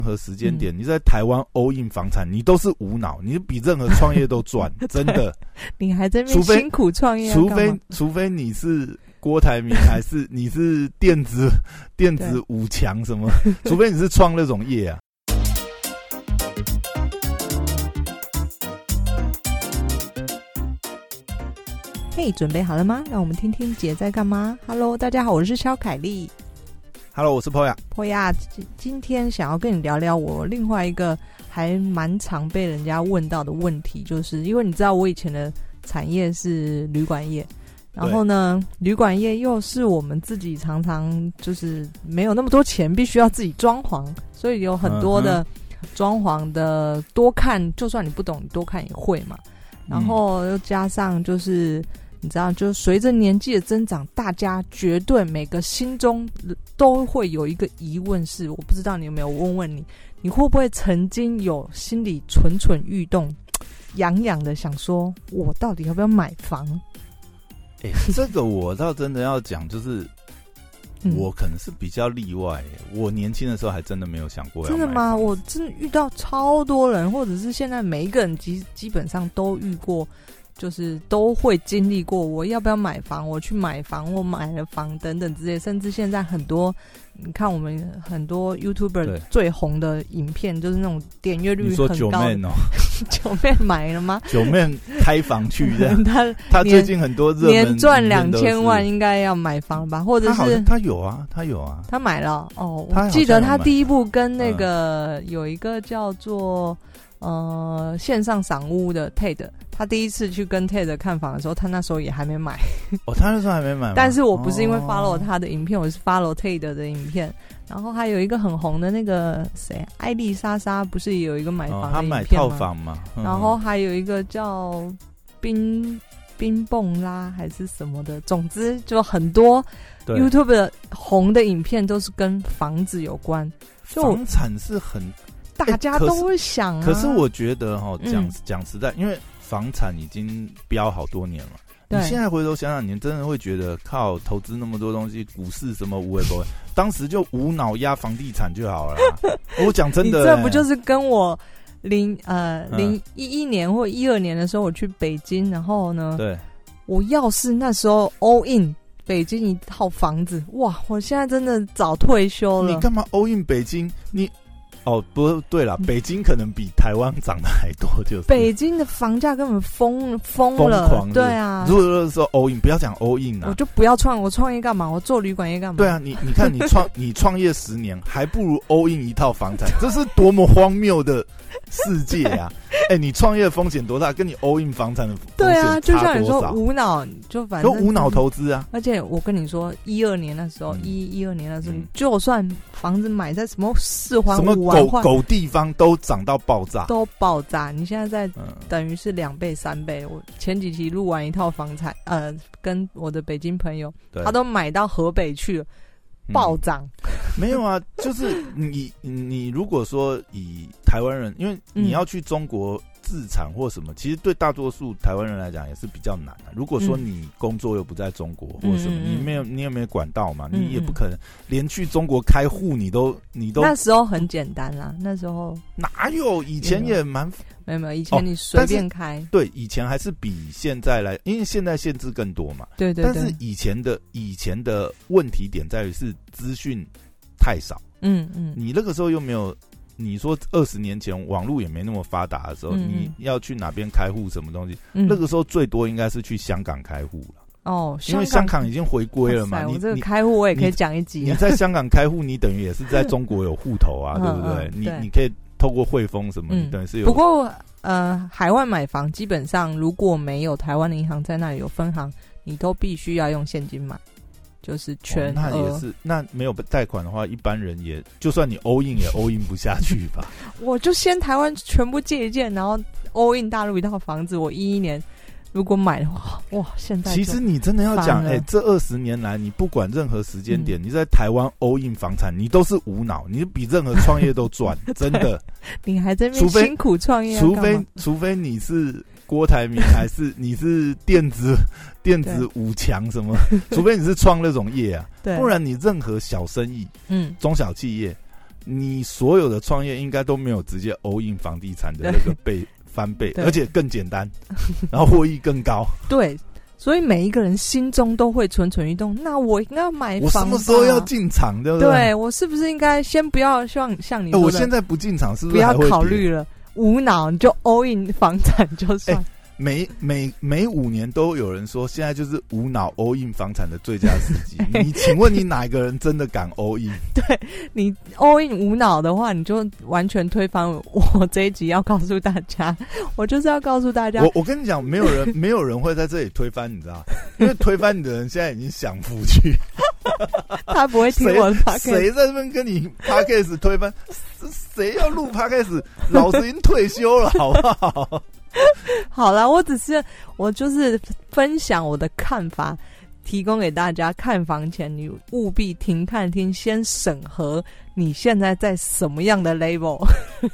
任何时间点，你在台湾 all in 房产，你都是无脑，你比任何创业都赚，真的。 你还在那边辛苦创业， 除非你是郭台铭，还是你是电子五强什么，除非你是创那种业啊。 嘿，准备好了吗？让我们听听姐在干嘛。Hello， 大家好，我是肖凯丽。 Hello， 我是 Poya。 今天想要跟你聊聊我另外一个还蛮常被人家问到的问题，就是因为你知道我以前的产业是旅馆业，然后呢，旅馆业又是我们自己常常就是没有那么多钱，必须要自己装潢，所以有很多的装潢的多看，就算你不懂，你多看也会嘛。然后又加上就是你知道，就随着年纪的增长，大家绝对每个心中都会有一个疑问是，我不知道你有没有问你，你会不会曾经有心里蠢蠢欲动，痒痒的想说，我到底要不要买房？ 这个我倒真的要讲，就是我可能是比较例外。我年轻的时候还真的没有想过要买房。真的吗？ 我真的遇到超多人，或者是现在每一个人基本上都遇过。就是都会经历过，我要不要买房？我去买房，我买了房等等之类，甚至现在很多，你看我们很多 YouTuber 最红的影片，就是那种点阅率很高的。你说九妹哦，九妹买了吗？ 九妹开房去的，他最近很多热门年赚2000万，应该要买房吧？或者是他有啊，他买了哦。我记得他第一部跟那个有一个叫做线上赏屋的 TED。他第一次去跟 TED 看房的时候，他那时候也还没买。 他那时候还没买吗？ 但是我不是因为 follow 他的影片，我是 follow TED 的影片。然后还有一个很红的那个谁，艾丽莎莎，不是也有一个买房的影片吗？ 他买套房嘛。 然后还有一个叫冰蹦啦还是什么的，总之就很多 YouTube 的红的影片都是跟房子有关。 房产是很大家都会想啊。 可是我觉得讲实在，因为房产已经飙好多年了，你现在回头想想，你真的会觉得靠投资那么多东西，股市什么无为不为，当时就无脑压房地产就好了啦。我讲真的， 你这不就是跟我2011年或12年的时候我去北京，然后呢，对，我要是那时候 all in 北京一套房子，哇，我现在真的早退休了。 你干嘛 all in 北京？不对啦，北京可能比台湾涨得还多，就是北京的房价根本疯了， 狂对啊。 如果说 all in， 不要讲 all in 啊， 我就不要我创业干嘛？我做旅馆业干嘛？ 对啊，你看你创业10年，还不如 all in 一套房产，这是多么荒谬的世界啊！你创业风险多大，跟你 all in 房产的风险对啊，就像你说无脑，反正无脑投资啊。 而且我跟你说，12年的时候，12年的时候，就算房子买在什么4环5环狗地方都涨到爆炸， 你现在等于是2倍3倍。我前几期录完一套房产，跟我的北京朋友，他都买到河北去了。暴涨。 没有啊，就是你如果说以台湾人，因为你要去中国自产或什么，其实对大多数台湾人来讲也是比较难的。如果说你工作又不在中国或什么，你也没有管道嘛，你也不可能连去中国开户你都那时候很简单啦，那时候哪有？以前也蛮没有，以前你随便开。 对，以前还是比现在来，因为现在限制更多嘛。 对。 但是以前的问题点在于是资讯太少。你那个时候又没有，你说20年前网络也没那么发达的时候，你要去哪边开户什么东西，那个时候最多应该是去香港开户了。因为香港已经回归了嘛。 你这个开户我也可以讲一集。 你在香港开户，你等于也是在中国有户头啊，对不对？你可以透过汇丰什么，你等于是有。 不过海外买房基本上如果没有台湾的银行在那里有分行，你都必须要用现金买，就是全额。那也是，那没有贷款的话，一般人也就算你 all in 也 all in 不下去吧。 我就先台湾全部借一借，然后 all in 大陆一套房子，我11年。如果买的话，哇！现在其实你真的要讲，这20年来，你不管任何时间点，你在台湾 all in 房产，你都是无脑，你比任何创业都赚，真的。 你还在那边辛苦创业， 除非你是郭台铭，还是你是电子五强什么，除非你是创那种业啊，不然你任何小生意，中小企业， 你所有的创业应该都没有直接 all in 房地产的那个翻倍，而且更简单，然后获益更高。 对，所以每一个人心中都会蠢蠢欲动，那我应该要买房， 我什么时候要进场，对不对？ 对，我是不是应该先不要像你说的， 我现在不进场是不是还会不要考虑了，无脑你就 all in 房产就算。 每5年都有人说，现在就是无脑 all in 房产的最佳时机。你请问你哪一个人真的敢 all in？ 对，你 all in 无脑的话，你就完全推翻我这一集要告诉大家。我就是要告诉大家， 我跟你讲，没有人会在这里推翻，你知道？因为推翻你的人现在已经享福去， 他不会听我的 podcast。 谁在这边跟你 podcast 推翻？谁要录 podcast？ 老子已经退休了，好不好？ 好啦，我就是分享我的看法，提供给大家。看房前你务必停看听，先审核你现在在什么样的 level。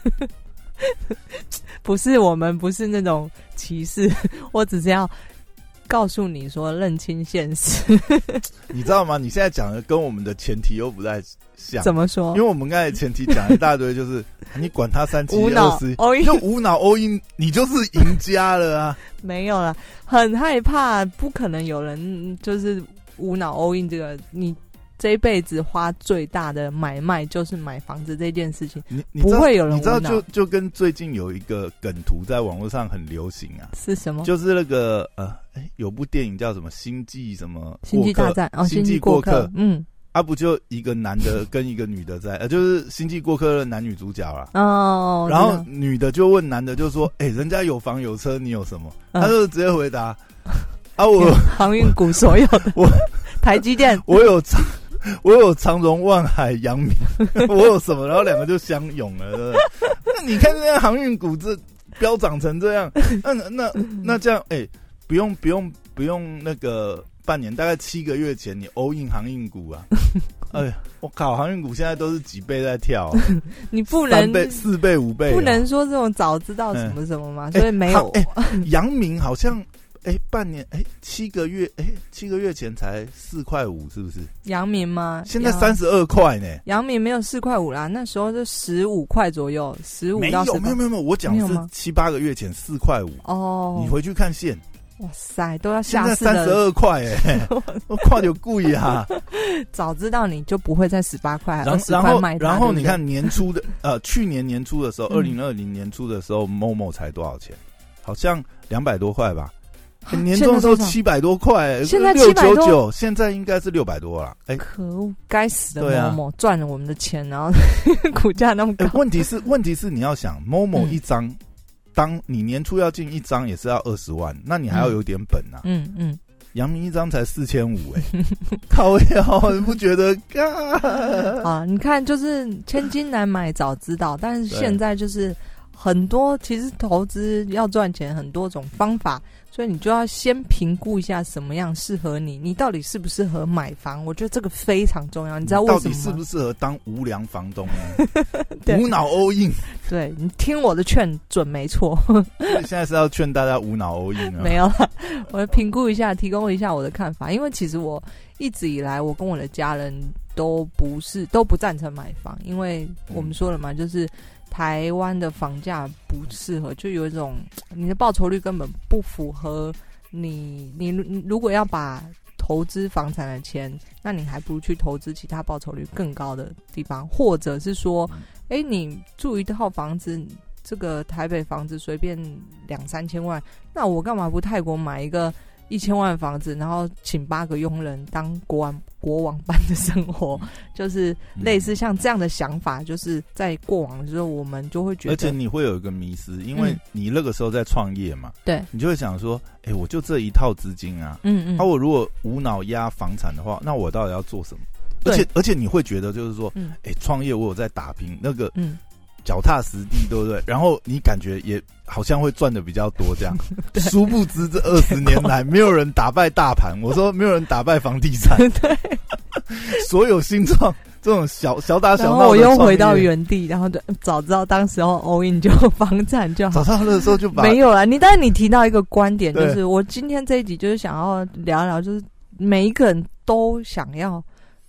我们不是那种歧视，我只是要告诉你说认清现实。 你知道吗？你现在讲的跟我们的前提又不太像。 怎么说？ 因为我们刚才前提讲一大堆，就是你管他3七20， 你就无脑 all in， 你就是赢家了啊！ 没有啦，很害怕，不可能有人就是无脑 all in 这个你。这一辈子花最大的买卖就是买房子这件事情，不会有人无脑。 你知道就跟最近有一个梗图在网络上很流行啊， 是什么？就是那个有部电影叫什么《星际什么星际大战》 星际过客， 不就一个男的跟一个女的在，就是《星际过客》的男女主角啦。 哦， 然后女的就问男的，就说：“人家有房有车，你有什么？”他就直接回答：“我航运股所有的，我台积电， 我有长荣、万海、阳明，我有什么？”然后两个就相拥了，对不对？那你看这航运股这飙涨成这样，那这样，不用那个半年，大概7个月前你 all in 航运股啊，我靠，航运股现在都是几倍在跳， 你不能 3倍、4倍、5倍， 不能说这种早知道什么什么嘛，所以没有。 阳明好像。半年7个月7个月前才4.5块，是不是？阳明吗？ 现在32块呢。 阳明没有4.5块啦，那时候就15块左右，15到18。 没有，我讲是7、8个月前4.5块。哦，你回去看线。 哇塞，都要下市了。 现在32块我看就贵啊！ 早知道你就不会在18块、20块卖它。 然后你看年初的去年年初的时候，2020年初的时候，Momo 才多少钱？好像200多块吧。年终的时候700多块， 现在700多， 现在应该是600多了。 可恶，该死的 Momo 赚了我们的钱，然后股价那么高。 问题是你要想 Momo 一张，当你年初要进一张也是要20万，那你还要有点本啊。阳明一张才4500，靠腰，你不觉得？ 啊，你看，就是千金难买早知道，但是现在就是很多，其实投资要赚钱很多种方法。所以你就要先评估一下什么样适合你，你到底适不适合买房？我觉得这个非常重要。你知道为什么吗？ 到底适不适合当无良房东呢？无脑 all in。 对，你听我的劝准没错。 现在是要劝大家无脑 all in 啊？ 没有啦，我评估一下，提供一下我的看法。因为其实我一直以来，我跟我的家人都不赞成买房，因为我们说了嘛，就是台湾的房价不适合，就有一种你的报酬率根本不符合你如果要把投资房产的钱，那你还不如去投资其他报酬率更高的地方，或者是说你住一套房子，这个台北房子随便2-3千万，那我干嘛不泰国买一个1000万的房子，然后请8个佣人当国王般的生活，就是类似像这样的想法，就是在过往的时候我们就会觉得， 而且你会有一个迷思，因为你那个时候在创业嘛， 对， 你就会想说，我就这一套资金啊，我如果无脑压房产的话，那我到底要做什么？而且你会觉得就是说，创业我有在打拼，那个脚踏实地，对不对？然后你感觉也好像会赚的比较多，这样。殊不知这20年来，没有人打败大盘。我说没有人打败房地产。 对， 所有新创这种小打小闹的， 然后我又回到原地，然后就早知道当时候 all in 就房产就好。 早知道那时候就没有啦。但是你提到一个观点，就是我今天这一集就是想要聊一聊，就是每一个人都想要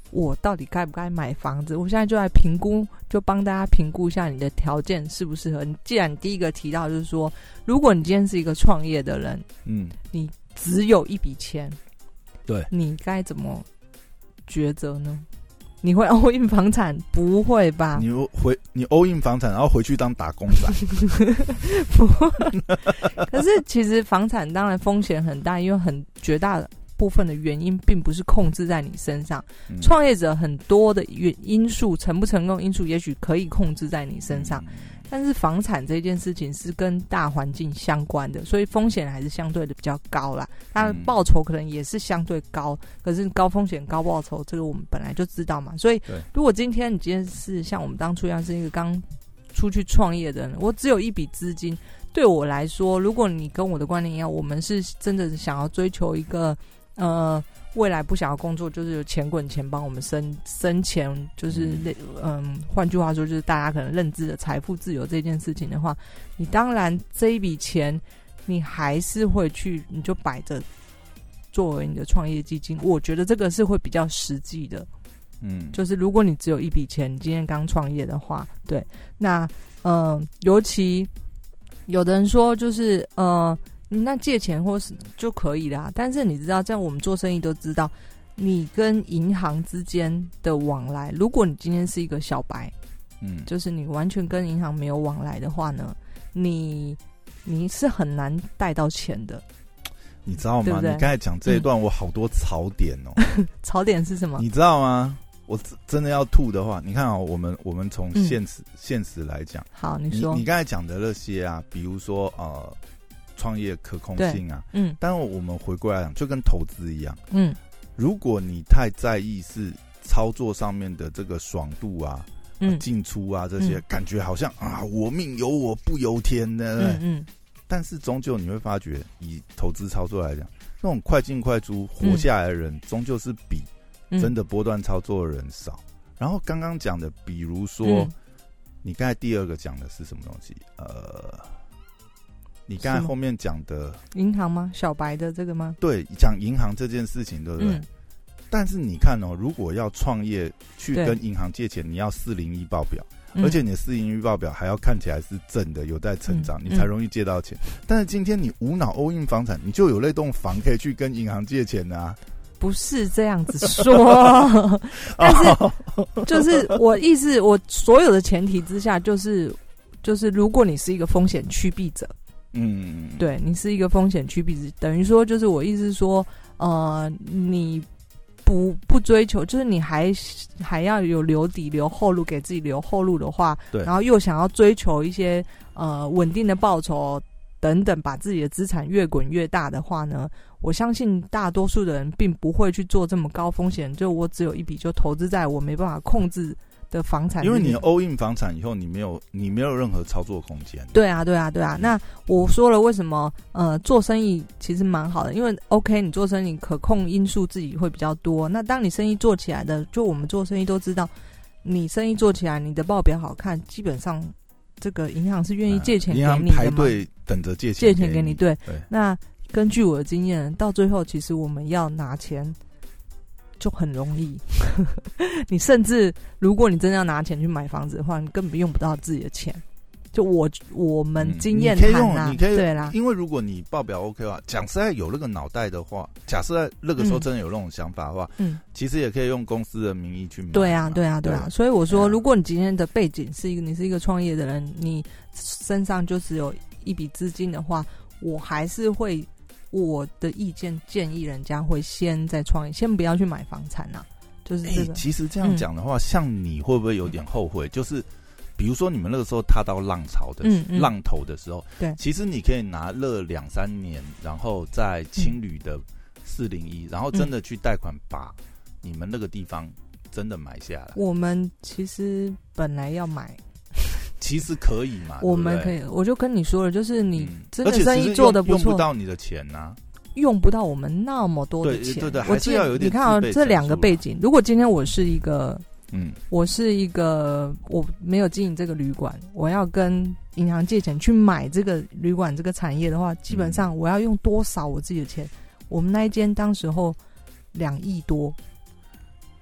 我到底该不该买房子？我现在就来评估，就帮大家评估一下你的条件适不适合。既然你第一个提到就是说，如果你今天是一个创业的人，你只有一笔钱， 对，你该怎么抉择呢？你会 all in 房产？不会吧？ 你 all in 房产，然后回去当打工仔？ 不会。可是其实房产当然风险很大，因为绝大部分的原因并不是控制在你身上。创业者很多的因素，成不成功因素也许可以控制在你身上，但是房产这件事情是跟大环境相关的，所以风险还是相对的比较高啦。它的报酬可能也是相对高，可是高风险高报酬，这个我们本来就知道嘛。所以如果你今天是像我们当初一样是一个刚出去创业的人，我只有一笔资金，对我来说，如果你跟我的观念一样，我们是真的想要追求一个未来不想要工作，就是有钱滚钱帮我们生钱，就是换句话说，就是大家可能认知的财富自由这件事情的话，你当然这一笔钱你还是会去，你就摆着作为你的创业基金。我觉得这个是会比较实际的。就是如果你只有一笔钱，你今天刚创业的话，对，那尤其有的人说就是那借钱或是就可以啦，但是你知道，在我们做生意都知道，你跟银行之间的往来，如果你今天是一个小白，就是你完全跟银行没有往来的话呢，你是很难贷到钱的。 你知道吗？对不对？你刚才讲这一段，我好多槽点哦。 槽点是什么？ 你知道吗？我真的要吐的话，你看我们从现实来讲， 好，你说， 你刚才讲的那些啊，比如说创业可控性啊，但我们回过来讲，就跟投资一样，如果你太在意是操作上面的这个爽度啊，进出啊这些，感觉好像我命由我不由天的，但是终究你会发觉，以投资操作来讲，那种快进快出活下来的人，终究是比真的波段操作的人少。然后刚刚讲的，比如说，你刚才第二个讲的是什么东西？你刚才后面讲的银行吗？小白的这个吗？ 对，讲银行这件事情，对不对？但是你看哦，如果要创业去跟银行借钱，你要401报表，而且你的401报表还要看起来是正的，有在成长，你才容易借到钱。但是今天你无脑 all in 房产，你就有那栋房可以去跟银行借钱啊。 不是这样子说，但是就是我意思，我所有的前提之下，就是如果你是一个风险趋避者，对，你是一个风险趋避者，等于说就是我意思是说，你不追求，就是你还要有留底、留后路，给自己留后路的话，对，然后又想要追求一些稳定的报酬等等，把自己的资产越滚越大的话呢，我相信大多数的人并不会去做这么高风险，就我只有一笔就投资在我没办法控制的房产， 因为你 all in 房产以后，你没有任何操作空间。 对啊。那我说了，为什么做生意其实蛮好的，因为 OK， 你做生意可控因素自己会比较多。那当你生意做起来的，就我们做生意都知道，你生意做起来，你的报表好看，基本上这个银行是愿意借钱给你的嘛， 银行排队等着借钱给你。对，那根据我的经验，到最后其实我们要拿钱就很容易。你甚至如果你真的要拿钱去买房子的话，你根本用不到自己的钱。就我们经验谈啦， 你可以对啦， 因为如果你报表 OK 的话，讲实在有那个脑袋的话，假设在那个时候真的有那种想法的话，其实也可以用公司的名义去买。对啊。 所以我说，如果你今天的背景你是一个创业的人，你身上就只有一笔资金的话，我还是会我的意见建议人家会先在创业，先不要去买房产啊。就是这个。 其实这样讲的话，像你会不会有点后悔？就是比如说你们那个时候踏到浪潮的浪头的时候，对，其实你可以拿了2-3年，然后在青旅的401，然后真的去贷款把你们那个地方真的买下来。 我们其实本来要买。 其实可以嘛， 我们可以，我就跟你说了，就是你真的生意做得不错， 用不到你的钱啊， 用不到我们那么多的钱。 对，还是要有点。 你看这两个背景，如果今天我是一个，我没有经营这个旅馆，我要跟银行借钱去买这个旅馆这个产业的话，基本上我要用多少我自己的钱？我们那一间当时候2亿多。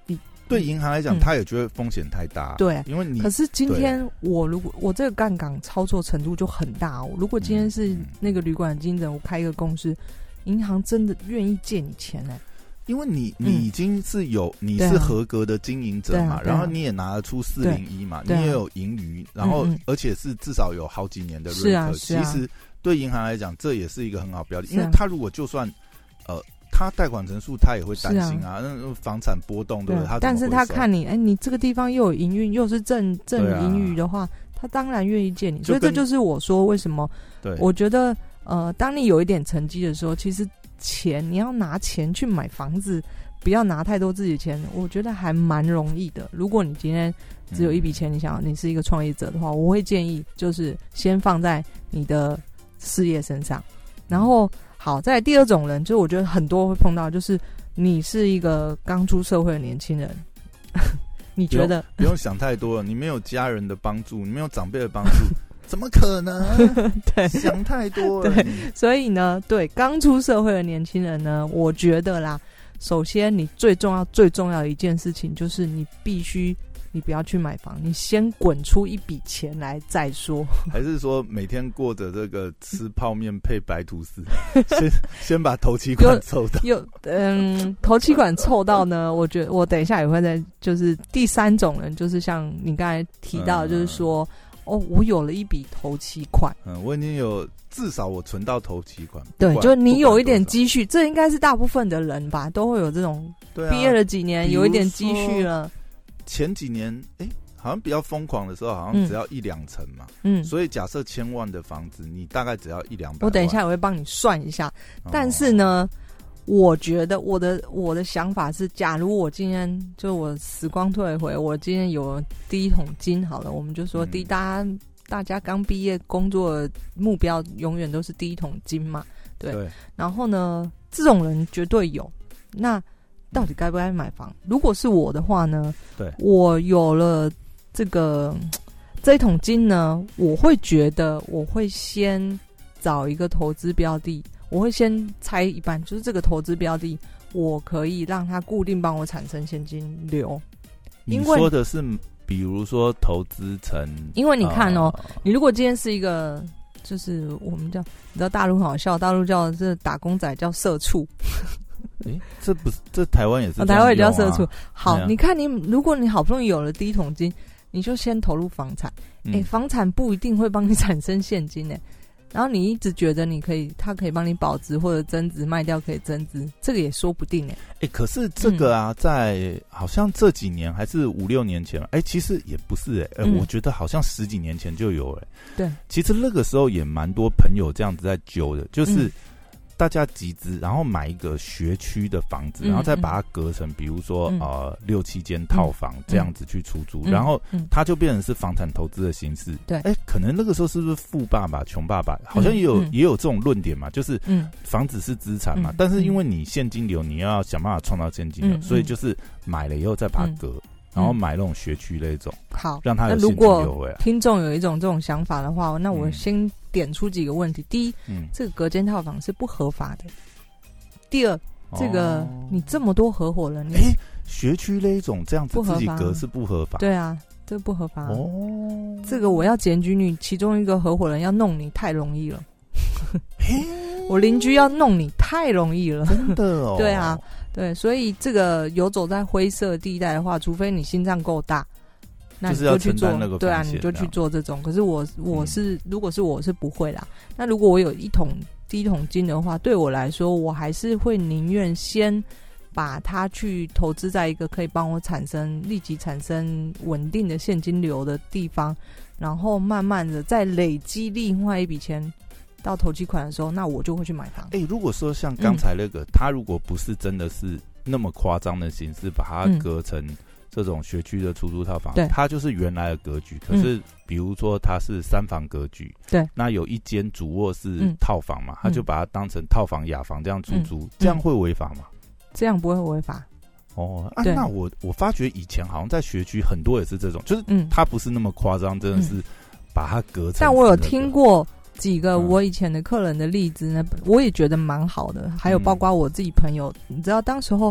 对银行来讲，他也觉得风险太大。 对， 因为你可是今天如果我这个杠杆操作程度就很大哦。如果今天是那个旅馆经纪人，我开一个公司，银行真的愿意借你钱呢？ 因为你已经是你是合格的经营者嘛，然后你也拿得出401嘛，你也有盈余，然后而且是至少有好几年的瑞克，其实对银行来讲，这也是一个很好标的，因为他如果就算他贷款成数，他也会担心啊，那房产波动，对不对？ 但是他看你，你这个地方又有营运，又是正盈余的话，他当然愿意借你。所以这就是我说为什么，我觉得当你有一点成绩的时候，其实你要拿钱去买房子，不要拿太多自己的钱，我觉得还蛮容易的。如果你今天只有一笔钱，你是一个创业者的话，我会建议就是先放在你的事业身上，然后好，再来第二种人，就是我觉得很多会碰到，就是你是一个刚出社会的年轻人，你觉得不用想太多了，你没有家人的帮助，你没有长辈的帮助。怎么可能？ 对， 想太多了。 对，所以呢，对刚出社会的年轻人呢，我觉得啦，首先你最重要的一件事情就是你不要去买房，你先滚出一笔钱来再说。 还是说每天过着这个吃泡面配白吐司，先把头期款凑到。 头期款凑到呢，我觉得我等一下也会在，就是第三种人，就是像你刚才提到的，就是说。我有了一笔头期款， 我已经有至少我存到头期款。 对，就你有一点积蓄，这应该是大部分的人吧，都会有这种。对啊，毕业了几年，有一点积蓄了。 前几年，好像比较疯狂的时候，好像只要1-2成嘛。所以假设1000万的房子，你大概只要100-200万。 我等一下我会帮你算一下，但是呢。我觉得我的想法是，假如我今天就我时光退回，我今天有第一桶金好了，我们就说大家刚毕业工作的目标永远都是第一桶金嘛，对。然后呢，这种人绝对有。那到底该不该买房？如果是我的话呢，对，我有了这一桶金呢，我会觉得我会先找一个投资标的。我会先拆一半，就是这个投资标的，我可以让它固定帮我产生现金流。 你说的是，比如说投资成， 因为你看你如果今天是一个，就是我们你知道大陆很好笑，大陆叫这打工仔叫社畜。 这台湾也是、 台湾也叫社畜。好，你看如果你好不容易有了第一桶金，你就先投入房产。房产不一定会帮你产生现金然后你一直觉得它可以帮你保值或者增值，卖掉可以增值，这个也说不定可是这个啊，在好像这几年还是5-6年前其实也不是我觉得好像10几年前就有对， 其实那个时候也蛮多朋友这样子在揪的，就是大家集资，然后买一个学区的房子，然后再把它隔成，比如说6-7间套房这样子去出租，然后它就变成是房产投资的形式。对，可能那个时候是不是富爸爸穷爸爸，好像也有这种论点嘛，就是房子是资产嘛，但是因为你现金流，你要想办法创造现金流，所以就是买了以后再把它隔。然后买那种学区那种， 好， 让它有现金流如果听众有一种这种想法的话，那我先点出几个问题。第一，这个隔间套房是不合法的。第二，这个你这么多合伙人， 学区那一种这样子自己隔是不合法。 对啊，这不合法。这个我要检举你，其中一个合伙人要弄你太容易了。我邻居要弄你太容易了， 真的对啊。对，所以这个游走在灰色地带的话，除非你心脏够大，那你就去做那个。对啊，你就去做这种。可是我是，如果是我是不会啦。那如果我有第一桶金的话，对我来说，我还是会宁愿先把它去投资在一个可以帮我立即产生稳定的现金流的地方，然后慢慢的再累积另外一笔钱。到头期款的时候，那我就会去买房。 如果说像刚才那个，他如果不是真的是那么夸张的形式，把它隔成这种学区的出租套房，它就是原来的格局。可是比如说它是3房格局，对，那有一间主卧是套房嘛，他就把它当成套房雅房这样出租，这样会违法吗？ 这样不会违法。 那我发觉以前好像在学区很多也是这种，就是它不是那么夸张，真的是把它隔成。 但我有听过几个我以前的客人的例子呢，我也觉得蛮好的。还有包括我自己朋友，你知道当时候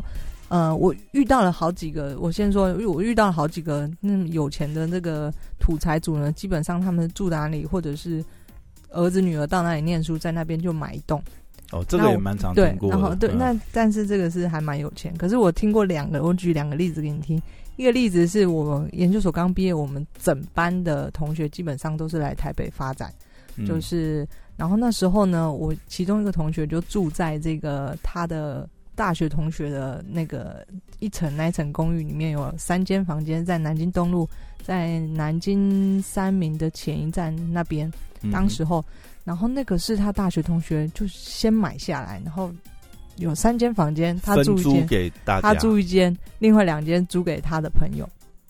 我遇到了好几个，我先说，我遇到了好几个有钱的那个土财主呢，基本上他们住哪里，或者是儿子女儿到哪里念书，在那边就买一栋。 这个也蛮常听过的。 对，然后对，但是这个是还蛮有钱。可是我听过我举2个例子给你听。一个例子是我研究所刚毕业，我们整班的同学基本上都是来台北发展，就是然后那时候呢，我其中一个同学就住在这个他的大学同学的那个那一层公寓里面，有3间房间，在南京东路，在南京三民的前一站那边。当时候，然后那个是他大学同学就先买下来，然后有3间房间，他住一间， 分租给大家， 他住一间，另外2间租给他的朋友。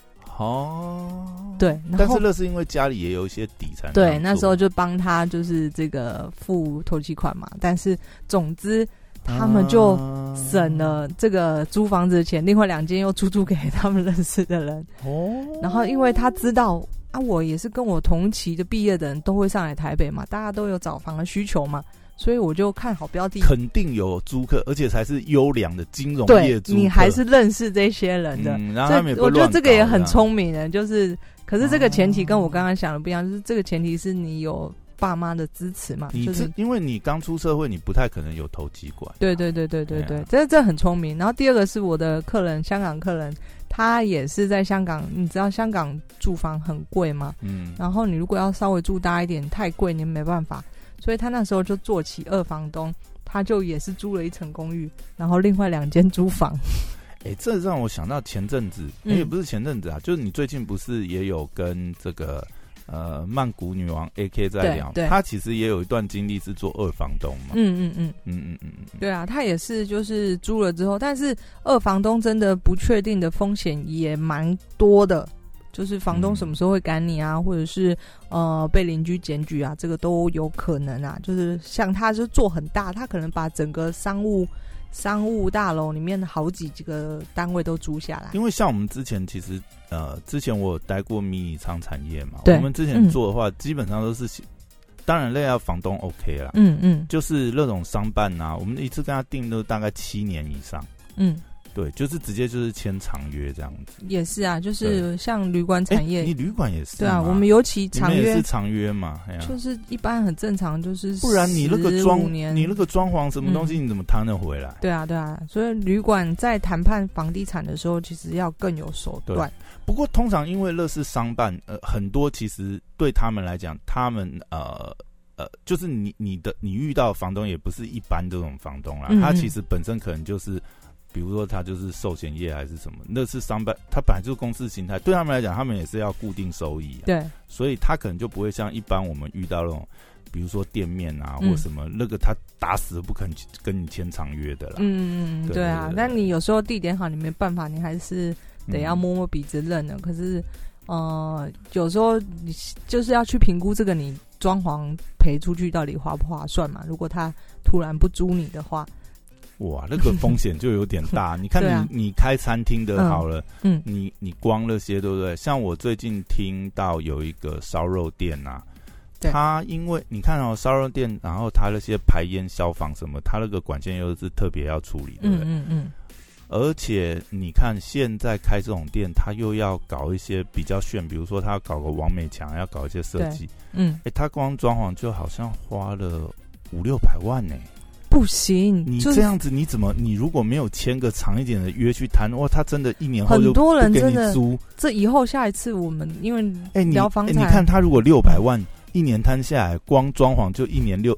对， 但是那是因为家里也有一些底才能对，那时候就帮他就是这个付头期款嘛。但是总之他们就省了这个租房子的钱，另外2间又租给他们认识的人。然后因为他知道我也是跟我同期的毕业的人都会上来台北嘛，大家都有找房的需求嘛，所以我就看好标的， 肯定有租客，而且才是优良的金融业租客。 对，你还是认识这些人的。 然后他们也不会乱搞。 我觉得这个也很聪明的，就是可是这个前提跟我刚刚想的不一样，就是这个前提是你有爸妈的支持嘛，就是因为你刚出社会，你不太可能有投机管。 对，这很聪明。然后第二个是我的客人，香港客人，他也是在香港，你知道香港住房很贵嘛，然后你如果要稍微住大一点，太贵你没办法，所以他那时候就做起2房东，他就也是租了1层公寓，然后另外2间租房。 这让我想到前阵子，也不是前阵子啊，就是你最近不是也有跟这个曼谷女王 AK 在聊，他其实也有一段经历是做2房东嘛。对啊，他也是就是租了之后，但是2房东真的不确定的风险也蛮多的，就是房东什么时候会赶你啊，或者是被邻居检举啊，这个都有可能啊。就是像他就做很大，他可能把整个商务大楼里面的好几个单位都租下来。因为像我们之前其实之前我有待过迷你仓产业嘛，我们之前做的话，基本上都是当然类要房东 OK 啦，就是那种商办啊，我们一次跟他订都大概7年以上，对，就是直接就是签长约这样子。也是啊，就是像旅馆产业， 你旅馆也是？ 对啊，我们尤其长约， 你们也是长约嘛？ 就是一般很正常，就是不然你那个 15年， 你那个装潢什么东西，你怎么谈得回来？ 对啊，所以旅馆在谈判房地产的时候，其实要更有手段。 不过通常因为那是商办，很多其实对他们来讲，他们就是你遇到房东也不是一般这种房东啦，他其实本身可能就是。比如说他就是寿险业还是什么，那是商办，他本来就是公司形态，对他们来讲，他们也是要固定收益， 对， 所以他可能就不会像一般我们遇到那种，比如说店面啊或什么，那个他打死不肯跟你签长约的啦。 对啊，那你有时候地点好，你没办法，你还是得要摸摸鼻子认了。可是有时候你就是要去评估这个你装潢赔出去到底划不划算嘛？如果他突然不租你的话。 哇，那个风险就有点大。你看你开餐厅的好了，你光那些对不对？像我最近听到有一个烧肉店啊，他因为你看烧肉店，然后他那些排烟消防什么，他那个管线又是特别要处理，对不对？而且你看现在开这种店，他又要搞一些比较炫，比如说他要搞个网美墙，要搞一些设计，他光装潢就好像花了500-600万呢。 不行， 你这样子你怎么？你如果没有签个长一点的约去谈，哇，他真的1年后就不给你租。 这以后下一次我们因为聊房产， 你看他如果600万1年摊下来，光装潢就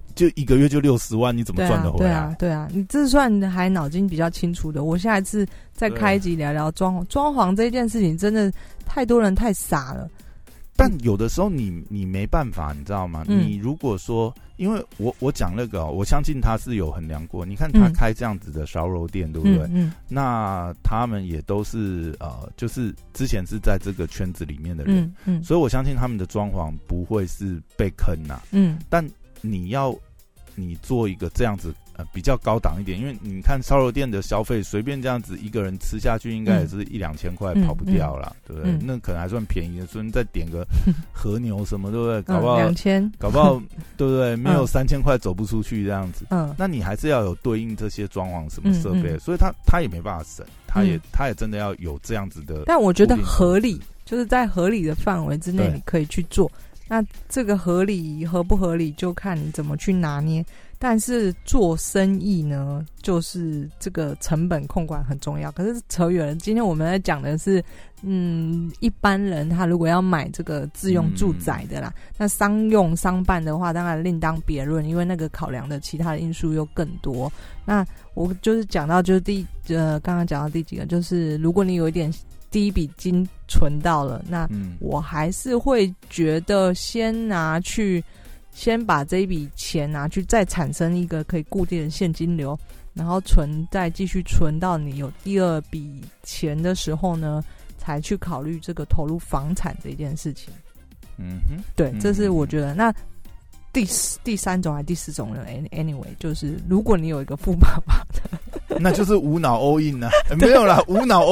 1个月就60万，你怎么赚得回来？ 对啊，你这算还脑筋比较清楚的。我下一次再开一集聊聊装潢这件事情，真的太多人太傻了。 但有的时候你没办法，你知道吗？你如果说，因为我讲那个我相信他是有衡量过。你看他开这样子的烧肉店，对不对？那他们也都是就是之前是在这个圈子里面的人，所以我相信他们的装潢不会是被坑啊。但你做一个这样子比较高档一点，因为你看烧肉店的消费，随便这样子一个人吃下去，应该也是1-2千块跑不掉啦，对不对？那可能还算便宜的，所以你再点个和牛什么，对不对？搞不好 2000， 搞不好对不对？没有3000块走不出去这样子。那你还是要有对应这些装潢什么设备，所以他也没办法省，他也真的要有这样子的。 但我觉得合理，就是在合理的范围之内，你可以去做。那这个合理合不合理，就看你怎么去拿捏。但是做生意呢，就是这个成本控管很重要。可是扯远了，今天我们在讲的是，一般人他如果要买这个自用住宅的啦，那商用商办的话，当然另当别论，因为那个考量的其他的因素又更多。那我就是讲到，就是刚刚讲到第几个，就是如果你有一点第一笔金存到了，那我还是会觉得先把这一笔钱拿去，再产生一个可以固定的现金流，然后再继续存到你有第二笔钱的时候呢，才去考虑这个投入房产这件事情。对，这是我觉得。那第3种还是第4种呢 ？Anyway， 就是如果你有一个富爸爸的， 那就是无脑 all in 啊，没有啦，无脑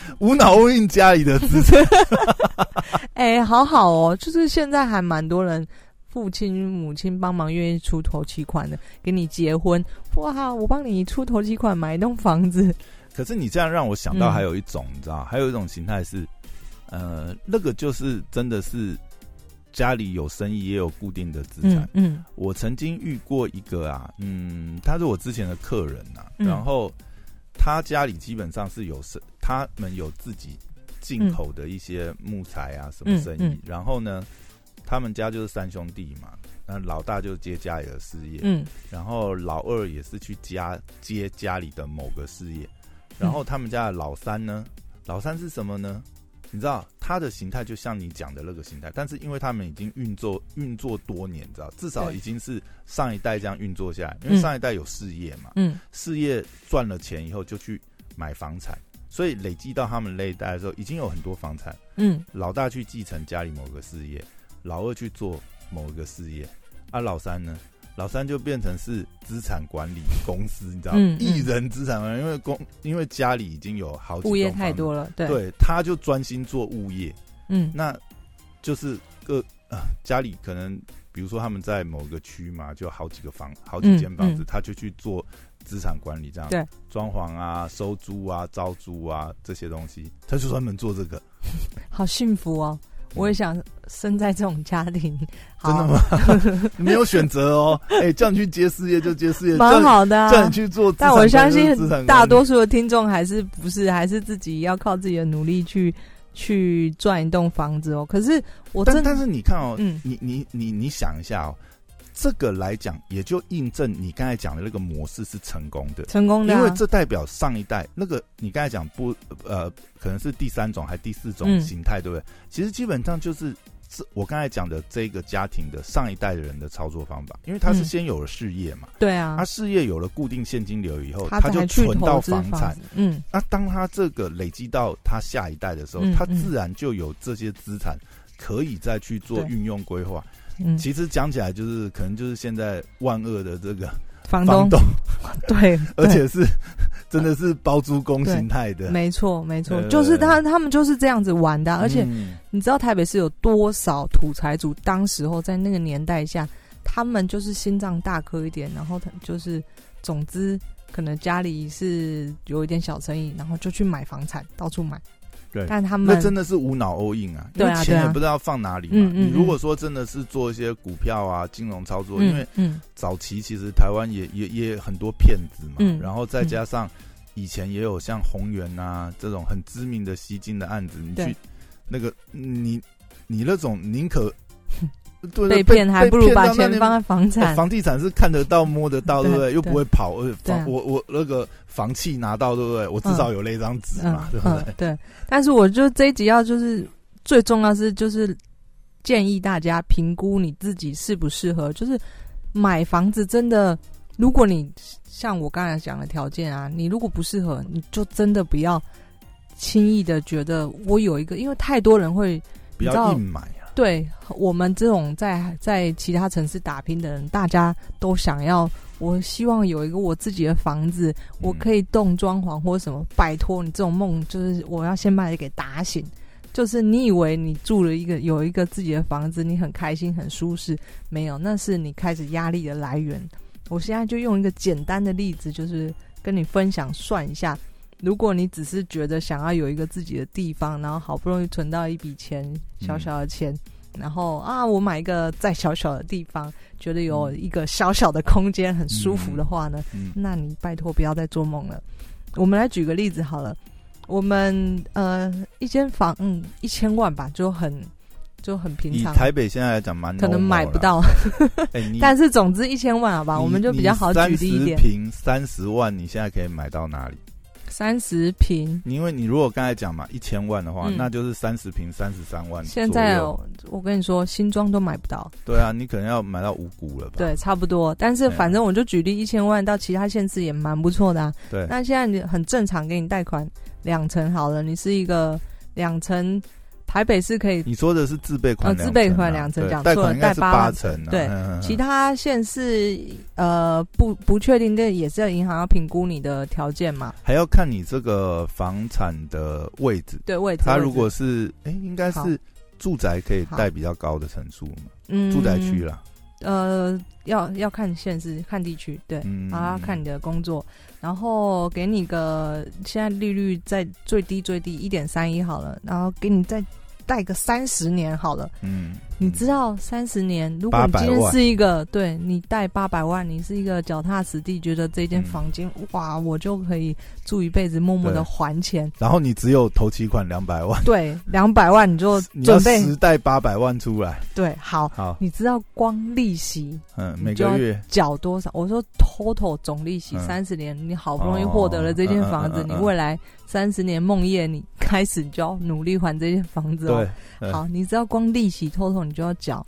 all in 家里的资产。 好好哦，就是现在还蛮多人。父亲母亲帮忙愿意出头期款的，给你结婚，哇，我帮你出头期款买一栋房子。 可是你这样让我想到还有一种，你知道，还有一种形态是，那个就是真的是家里有生意也有固定的资产。我曾经遇过一个啊，他是我之前的客人啊，然后他家里基本上是他们有自己进口的一些木材啊什么生意，然后呢。他们家就是3兄弟嘛，那老大就接家里的事业，然后老二也是去接家里的某个事业，然后他们家的老三呢，老三是什么呢？你知道他的形态就像你讲的那个形态，但是因为他们已经运作多年，你知道，至少已经是上一代这样运作下来，因为上一代有事业嘛，事业赚了钱以后就去买房产，所以累积到他们那一代的时候，已经有很多房产，老大去继承家里某个事业。老二去做某一个事业，老三呢？老三就变成是资产管理公司，你知道，一人资产管理，因为家里已经有好几栋物业太多了， 对，他就专心做物业，那就是家里可能，比如说他们在某个区嘛，就好几间房子，他就去做资产管理，这样，对，装潢啊、收租啊、招租啊这些东西，他就专门做这个， 好幸福哦。我也想生在这种家庭。 真的吗？没有选择哦。叫你去接事业就接事业， 蛮好的啊。 叫你去做资产， 但我相信大多数的听众还是自己要靠自己的努力去赚一栋房子哦。可是但是你看哦，你想一下哦。这个来讲，也就印证你刚才讲的那个模式是成功的，因为这代表上一代那个你刚才讲可能是第3种还第4种形态，对不对？其实基本上就是我刚才讲的这个家庭的上一代的人的操作方法，因为他是先有了事业嘛， 对啊， 他事业有了固定现金流以后，他就存到房产，那当他这个累积到他下一代的时候，他自然就有这些资产可以再去做运用规划。其实讲起来就是可能就是现在万恶的这个房东对， 而且是真的是包租公形态的， 没错，就是他们就是这样子玩的，而且你知道台北市有多少土财主，当时候在那个年代下，他们就是心脏大颗一点，然后就是总之可能家里是有一点小生意，然后就去买房产，到处买。 对， 但他们那真的是无脑 all in 啊，因为钱也不知道放哪里嘛。你如果说真的是做一些股票啊、金融操作，因为早期其实台湾也很多骗子嘛，然后再加上以前也有像宏源啊这种很知名的吸金的案子，你去那个你那种宁可。 被骗还不如把钱放在房产， 房地产是看得到摸得到，对不对？又不会跑，我那个房契拿到，对不对？我至少有那张纸嘛，对不对？ 对。但是我就这一集要就是最重要是就是建议大家评估你自己适不适合，就是买房子真的，如果你像我刚才讲的条件啊，你如果不适合，你就真的不要轻易的觉得我有一个，因为太多人会不要硬买。 对我们这种在其他城市打拼的人，大家都想要，我希望有一个我自己的房子，我可以动装潢或什么。拜托你这种梦，就是我要先把你给打醒。就是你以为你住了有一个自己的房子，你很开心很舒适，没有，那是你开始压力的来源。我现在就用一个简单的例子，就是跟你分享，算一下，如果你只是觉得想要有一个自己的地方，然后好不容易存到一笔钱，小小的钱，然后我买一个再小小的地方，觉得有一个小小的空间很舒服的话呢，那你拜托不要再做梦了。我们来举个例子好了，我们一间房1000万吧，就很平常。 以台北现在来讲蛮可能买不到但是总之1000万好吧，我们就比较好举例一点。 30坪30万你现在可以买到哪里 ？30坪， 因为你如果刚才讲嘛1000万的话，那就是30坪33万。 现在我跟你说新庄都买不到。 对啊，你可能要买到五股了吧。 对，差不多。但是反正我就举例1000万到其他县市也蛮不错的啊。 对， 那现在你很正常给你贷款2成好了，你是一个2成，台北市可以。 你说的是自备款2成自备款2成，讲错了，贷8成。对，其他县市不确定，这也是银行要评估你的条件嘛， 还要看你这个房产的位置。 对，位置。 它如果是应该是住宅可以贷比较高的成数嘛，住宅区啦。 要看县市，看地区，对，然后要看你的工作，然后给你个现在利率在最低 1.31 好了，然后给你再贷个30年好了。你知道30年，如果你今天是一个对你贷800万，你是一个脚踏实地，觉得这间房间哇，我就可以住一辈子，默默的还钱。 然后你只有头期款200万， 对，200万你就准备实贷800万出来。 对，好，你知道光利息， 每个月缴多少？我说 total 总利息，30年，你好不容易获得了这间房子，你未来30年梦魇，你开始就要努力还这间房子哦。 对， 好，你知道光利息 total 你就要缴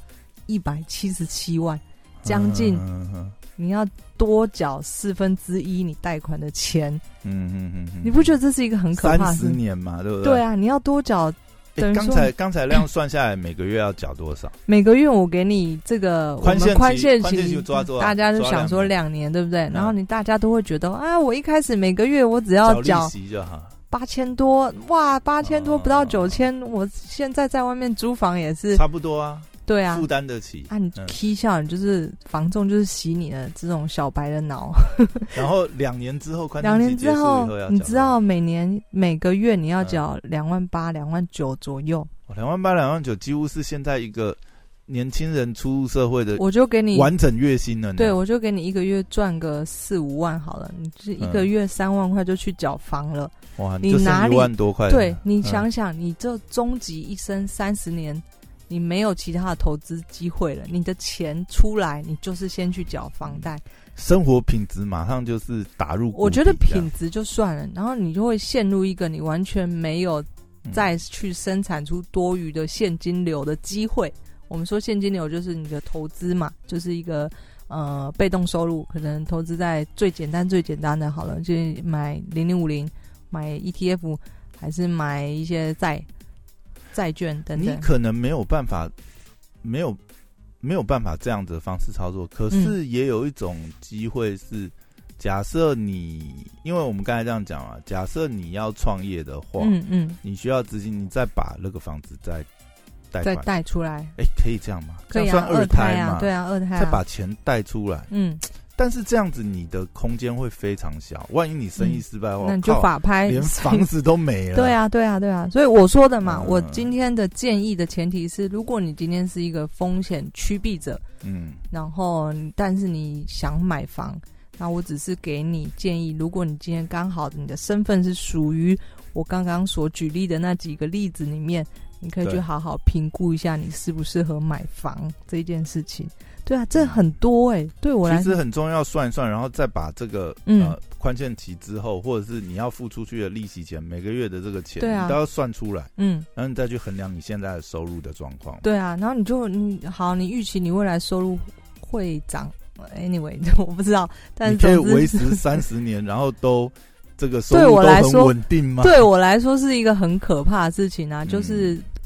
177万，将近你要多缴1/4你贷款的钱。你不觉得这是一个很可怕的事？30 年嘛，对不对？ 对啊，你要多缴。 刚才量算下来，每个月要缴多少？ 每个月我给你这个宽限期抓大家就想说2年，对不对？然后大家都会觉得我一开始每个月我只要缴利息就好 ，8000多，哇，8000多不到9000，我现在在外面租房也是差不多啊。 对啊， 负担得起你踢笑，你就是房仲，就是洗你的这种小白的脑。 然后2年之后，宽限期结束以后要你知道每个月你要缴28000、29000左右。 28000、29000几乎是现在一个年轻人初入社会的， 我就给你完整月薪了。 对，我就给你一个月赚个4-5万好了，你是一个月3万块就去缴房了。 哇，你就剩1万多块。 对，你想想，你这终极一生30年。你没有其他的投资机会了，你的钱出来，你就是先去缴房贷， 生活品质马上就是打入谷底。 我觉得品质就算了，然后你就会陷入一个你完全没有再去生产出多余的现金流的机会。我们说现金流就是你的投资嘛，就是一个被动收入，可能投资在最简单的好了，就买0050，买 ETF， 还是买一些债券等等。 你可能没有办法这样子的方式操作，可是也有一种机会是，假设你，因为我们刚才这样讲啊，假设你要创业的话，你需要资金，你再把那个房子再贷出来， 可以这样吗？ 可以啊， 这样算二胎嘛？ 对啊，2胎再把钱贷出来，但是这样子你的空间会非常小，万一你生意失败的话， 那你就法拍， 连房子都没了。 对啊，所以我说的嘛，我今天的建议的前提是，如果你今天是一个风险趋避者，然后但是你想买房，那我只是给你建议，如果你今天刚好你的身份是属于我刚刚所举例的那几个例子里面，你可以去好好评估一下你适不适合买房这件事情。对啊，这很多对我来说其实很重要，算一算，然后再把这个宽限期之后，或者是你要付出去的利息钱，每个月的这个钱，你都要算出来，然后你再去衡量你现在的收入的状况。 对啊，然后你预期你未来收入会涨 ，anyway， 我不知道，但是你可以维持30年，然后都这个收入都很稳定吗？ 对我来说是一个很可怕的事情啊，就是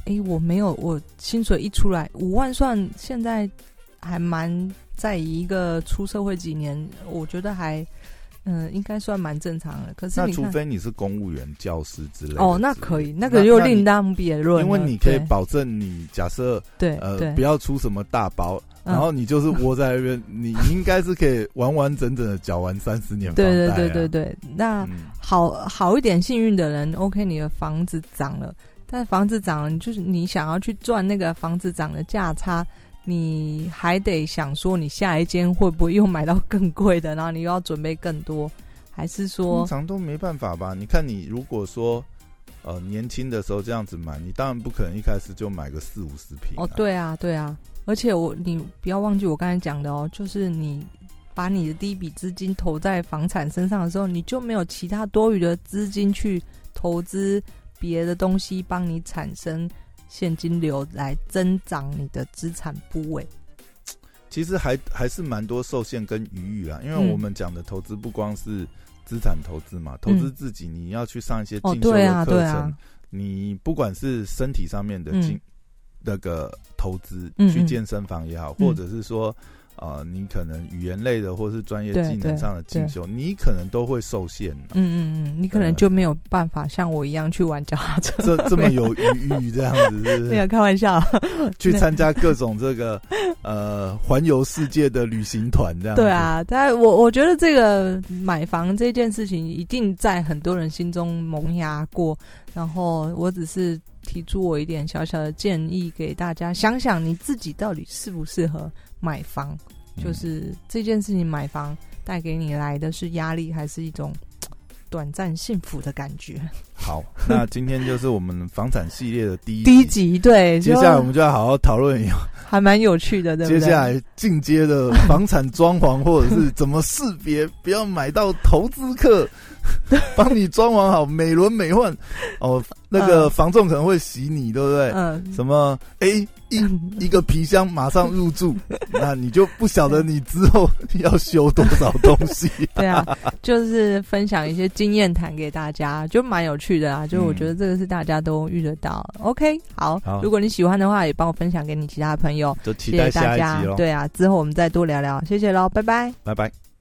我没有，我薪水一出来5万算现在还蛮在一个出社会几年，我觉得还应该算蛮正常的。可是那除非你是公务员、教师之类的哦，那可以，那个又另当别论， 因为你可以保证你假设对不要出什么大包，然后你就是窝在那边，你应该是可以完完整整的缴完30年房贷啊。 对，那好一点幸运的人 ，OK， 你的房子涨了，但房子涨了，就是你想要去赚那个房子涨的价差，你还得想说你下一间会不会又买到更贵的，然后你又要准备更多，还是说通常都没办法吧？你看你如果说年轻的时候这样子买，你当然不可能一开始就买个40-50坪哦，对啊，而且你不要忘记我刚才讲的哦，就是你把你的第一笔资金投在房产身上的时候，你就没有其他多余的资金去投资别的东西，帮你产生现金流来增长你的资产部位。 其实还是蛮多受限跟余裕啦，因为我们讲的投资不光是资产投资嘛，投资自己你要去上一些进修的课程，你不管是身体上面的那个投资，去健身房也好，或者是说你可能语言类的或是专业技能上的进修，你可能都会受限。 你可能就没有办法像我一样去玩脚踏车， 这么有余裕这样子，是不是？ 没有开玩笑， 去参加各种这个环游世界的旅行团这样子。 对啊，但我觉得这个买房这件事情一定在很多人心中萌芽过，然后我只是提出我一点小小的建议给大家，想想你自己到底适不适合买房，就是这件事情，买房带给你来的是压力，还是一种短暂幸福的感觉？ 好，那今天就是我们房产系列的第一集，对， 接下来我们就要好好讨论一下， 还蛮有趣的，对不对？ 接下来进阶的房产装潢，或者是怎么识别，不要买到投资客。帮你装潢好，美轮美奂哦。那个房仲可能会洗你，对不对？什么一个皮箱马上入住，那你就不晓得你之后要修多少东西。 对啊，就是分享一些经验谈给大家，就蛮有趣的啊。就我觉得这个是大家都遇得到。OK， 好，如果你喜欢的话，也帮我分享给你其他的朋友。 就期待下一集咯。 对啊，之后我们再多聊聊。谢谢咯，拜拜， 拜拜。